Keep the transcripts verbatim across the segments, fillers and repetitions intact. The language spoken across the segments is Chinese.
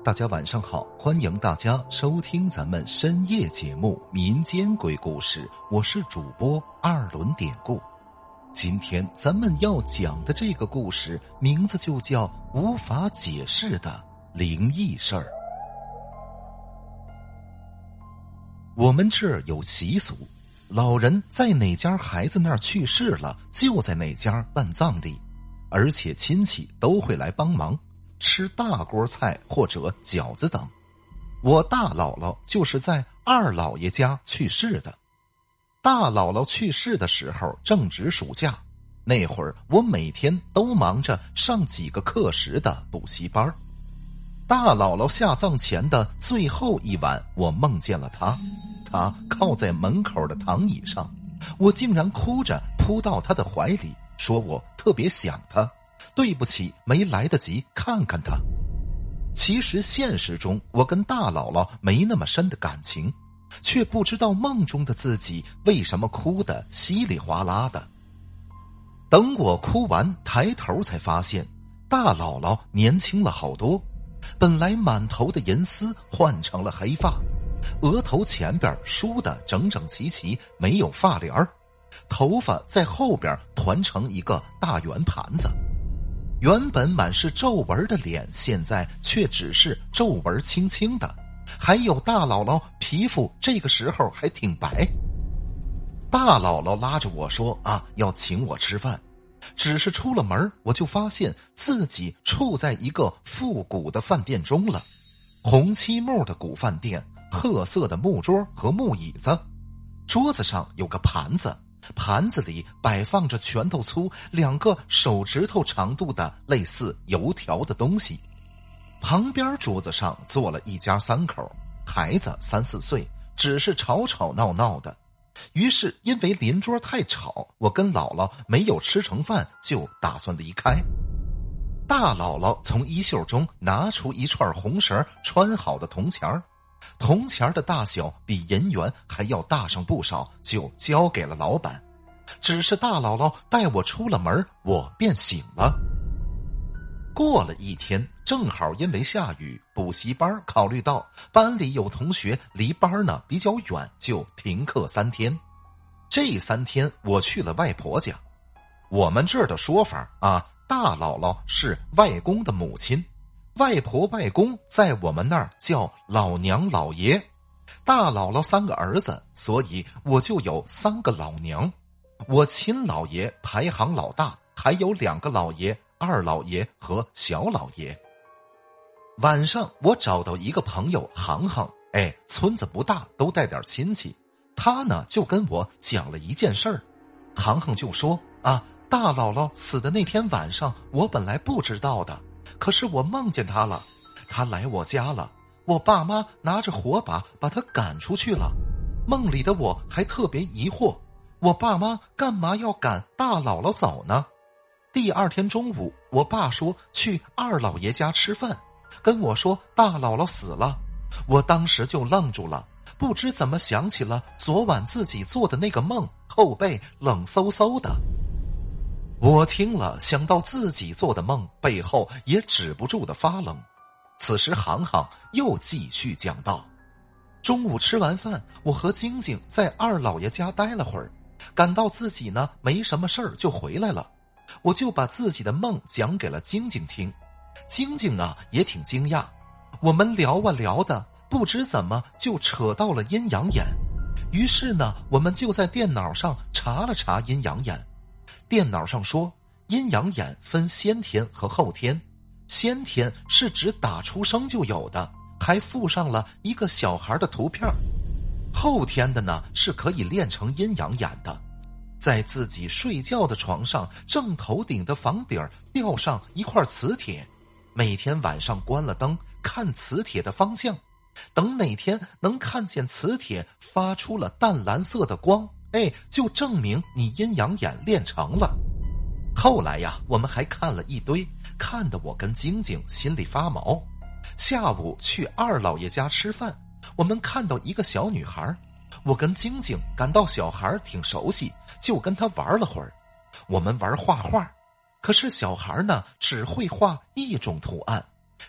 大家晚上好，欢迎大家收听咱们深夜节目《民间鬼故事》，我是主播二轮典故。今天咱们要讲的这个故事名字就叫无法解释的灵异事儿。我们这儿有习俗，老人在哪家孩子那儿去世了，就在哪家办葬礼，而且亲戚都会来帮忙吃大锅菜或者饺子等。我大姥姥就是在二姥爷家去世的。大姥姥去世的时候正值暑假，那会儿我每天都忙着上几个课时的补习班。大姥姥下葬前的最后一晚，我梦见了她，她靠在门口的躺椅上，我竟然哭着扑到她的怀里，说我特别想她，对不起没来得及看看她。其实现实中我跟大姥姥没那么深的感情，却不知道梦中的自己为什么哭得稀里哗啦的。等我哭完抬头才发现大姥姥年轻了好多，本来满头的银丝换成了黑发，额头前边梳得整整齐齐，没有发帘儿，头发在后边团成一个大圆盘子。原本满是皱纹的脸，现在却只是皱纹轻轻的，还有大姥姥皮肤这个时候还挺白。大姥姥拉着我说啊，要请我吃饭，只是出了门我就发现自己处在一个复古的饭店中了。红漆木的古饭店，褐色的木桌和木椅子，桌子上有个盘子，盘子里摆放着拳头粗两个手指头长度的类似油条的东西。旁边桌子上坐了一家三口，孩子三四岁，只是吵吵闹闹的。于是因为邻桌太吵，我跟姥姥没有吃成饭就打算离开。大姥姥从衣袖中拿出一串红绳穿好的铜钱儿，铜钱的大小比银元还要大上不少，就交给了老板。只是大姥姥带我出了门，我便醒了。过了一天，正好因为下雨，补习班考虑到班里有同学离班呢比较远，就停课三天。这三天我去了外婆家。我们这儿的说法啊，大姥姥是外公的母亲，外婆外公在我们那儿叫老娘老爷。大姥姥三个儿子，所以我就有三个老娘。我亲姥爷排行老大，还有两个老爷，二老爷和小老爷。晚上我找到一个朋友航航，哎，村子不大，都带点亲戚。他呢就跟我讲了一件事儿。航航就说啊，大姥姥死的那天晚上，我本来不知道的，可是我梦见他了，他来我家了，我爸妈拿着火把把他赶出去了。梦里的我还特别疑惑，我爸妈干嘛要赶大姥姥走呢？第二天中午，我爸说去二老爷家吃饭，跟我说大姥姥死了。我当时就愣住了，不知怎么想起了昨晚自己做的那个梦，后背冷飕飕的。我听了，想到自己做的梦，背后也止不住的发冷。此时航航又继续讲道，中午吃完饭，我和晶晶在二老爷家待了会儿，感到自己呢没什么事儿就回来了。我就把自己的梦讲给了晶晶听，晶晶啊也挺惊讶。我们聊啊聊的，不知怎么就扯到了阴阳眼。于是呢，我们就在电脑上查了查阴阳眼。电脑上说，阴阳眼分先天和后天，先天是指打出生就有的，还附上了一个小孩的图片。后天的呢，是可以练成阴阳眼的。在自己睡觉的床上正头顶的房顶吊上一块磁铁，每天晚上关了灯看磁铁的方向，等哪天能看见磁铁发出了淡蓝色的光，哎，就证明你阴阳眼练成了。后来呀，我们还看了一堆，看得我跟晶晶心里发毛。下午去二老爷家吃饭，我们看到一个小女孩，我跟晶晶感到小孩挺熟悉，就跟她玩了会儿。我们玩画画，可是小孩呢只会画一种图案，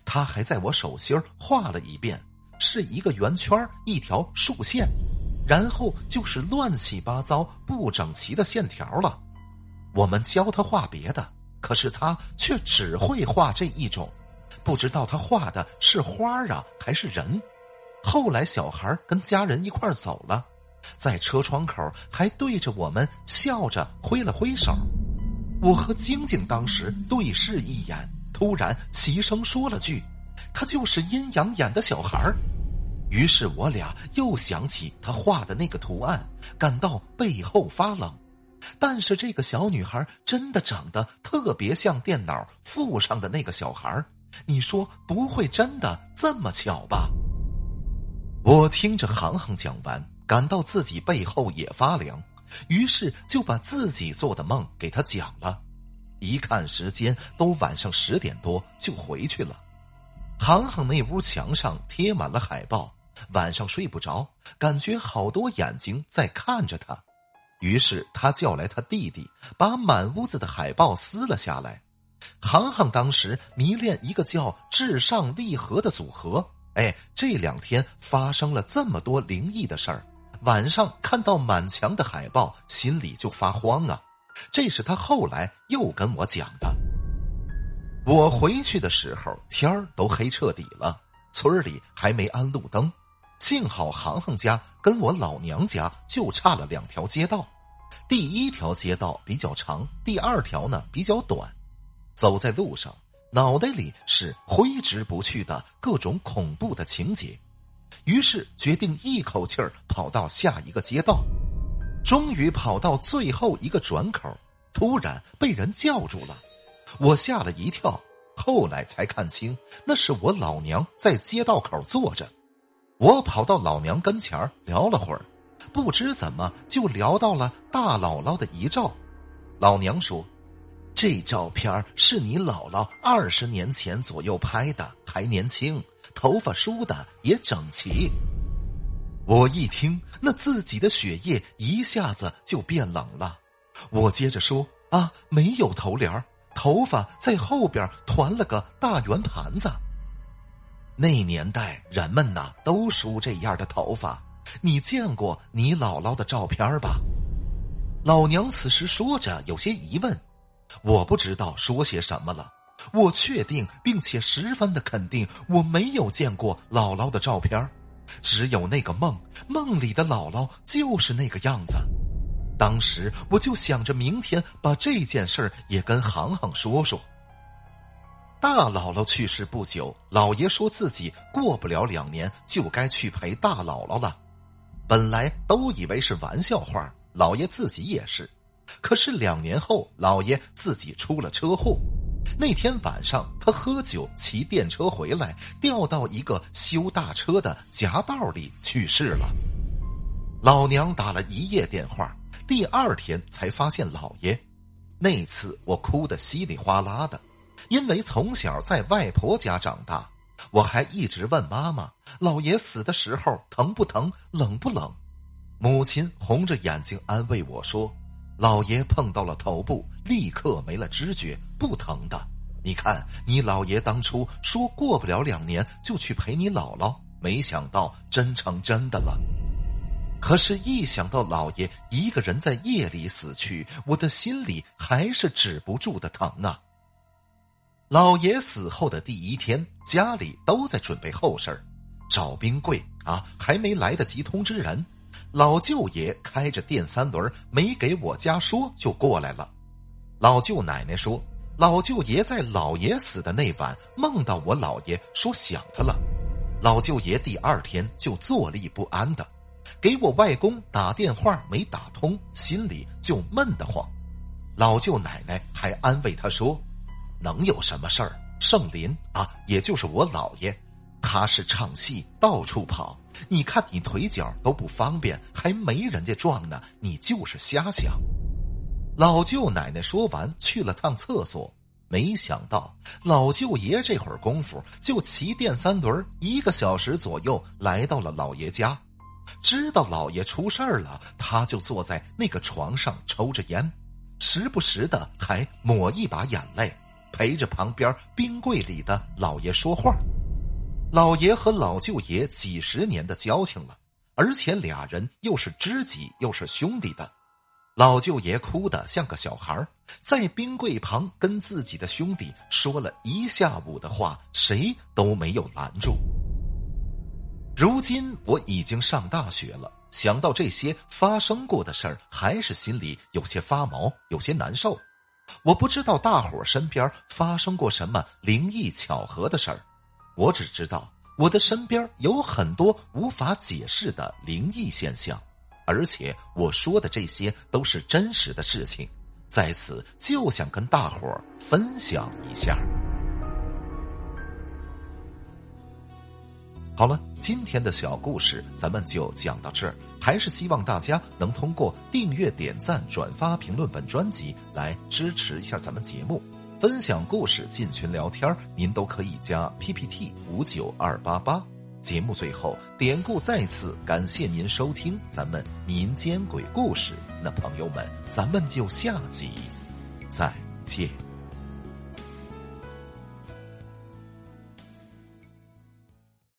他还在我手心画了一遍，是一个圆圈一条竖线，然后就是乱七八糟不整齐的线条了。我们教他画别的，可是他却只会画这一种，不知道他画的是花啊还是人。后来小孩跟家人一块儿走了，在车窗口还对着我们笑着挥了挥手。我和晶晶当时对视一眼，突然齐声说了句：“他就是阴阳眼的小孩。”于是我俩又想起他画的那个图案，感到背后发冷。但是这个小女孩真的长得特别像电脑附上的那个小孩，你说不会真的这么巧吧？我听着航航讲完，感到自己背后也发凉，于是就把自己做的梦给他讲了。一看时间都晚上十点多，就回去了。航航那屋墙上贴满了海报，晚上睡不着，感觉好多眼睛在看着他。于是他叫来他弟弟，把满屋子的海报撕了下来。航航当时迷恋一个叫至上励合的组合，哎，这两天发生了这么多灵异的事儿，晚上看到满墙的海报，心里就发慌啊。这是他后来又跟我讲的。我回去的时候天儿都黑彻底了，村里还没安路灯，幸好航航家跟我老娘家就差了两条街道，第一条街道比较长，第二条呢比较短。走在路上，脑袋里是挥之不去的各种恐怖的情节，于是决定一口气儿跑到下一个街道。终于跑到最后一个转口，突然被人叫住了，我吓了一跳，后来才看清那是我老娘在街道口坐着。我跑到老娘跟前聊了会儿，不知怎么就聊到了大姥姥的遗照。老娘说，这照片是你姥姥二十年前左右拍的，还年轻，头发梳的也整齐。我一听，那自己的血液一下子就变冷了。我接着说，啊，没有头帘，头发在后边团了个大圆盘子。那年代人们呐都梳这样的头发，你见过你姥姥的照片吧？老娘此时说着有些疑问，我不知道说些什么了。我确定并且十分的肯定我没有见过姥姥的照片，只有那个梦，梦里的姥姥就是那个样子。当时我就想着明天把这件事也跟航航说说。大姥姥去世不久，老爷说自己过不了两年就该去陪大姥姥了。本来都以为是玩笑话，老爷自己也是。可是两年后，老爷自己出了车祸。那天晚上他喝酒骑电车回来，掉到一个修大车的夹道里去世了。老娘打了一夜电话，第二天才发现老爷。那次我哭得稀里哗啦的，因为从小在外婆家长大，我还一直问妈妈，老爷死的时候疼不疼，冷不冷。母亲红着眼睛安慰我说，老爷碰到了头部，立刻没了知觉，不疼的。你看你老爷当初说过不了两年就去陪你姥姥，没想到真成真的了。可是一想到老爷一个人在夜里死去，我的心里还是止不住的疼啊。老爷死后的第一天，家里都在准备后事儿，找冰柜啊，还没来得及通知人，老舅爷开着电三轮，没给我家说就过来了。老舅奶奶说，老舅爷在老爷死的那晚梦到我老爷，说想他了。老舅爷第二天就坐立不安的，给我外公打电话没打通，心里就闷得慌。老舅奶奶还安慰他说，能有什么事儿？圣林啊，也就是我姥爷，他是唱戏到处跑，你看你腿脚都不方便，还没人家壮呢，你就是瞎想。老舅奶奶说完去了趟厕所，没想到老舅爷这会儿功夫就骑电三轮一个小时左右来到了老爷家。知道老爷出事儿了，他就坐在那个床上抽着烟，时不时的还抹一把眼泪。 陪着旁边冰柜里的老爷说话。老爷和老舅爷几十年的交情了，而且俩人又是知己又是兄弟的。老舅爷哭得像个小孩，在冰柜旁跟自己的兄弟说了一下午的话，谁都没有拦住。如今我已经上大学了，想到这些发生过的事儿，还是心里有些发毛，有些难受。我不知道大伙儿身边发生过什么灵异巧合的事儿，我只知道我的身边有很多无法解释的灵异现象，而且我说的这些都是真实的事情，在此就想跟大伙儿分享一下。好了，今天的小故事咱们就讲到这儿，还是希望大家能通过订阅、点赞、转发、评论本专辑来支持一下咱们节目。分享故事进群聊天，您都可以加 P P T 五九二八八。节目最后，典故再次感谢您收听咱们民间鬼故事。那朋友们，咱们就下集再见。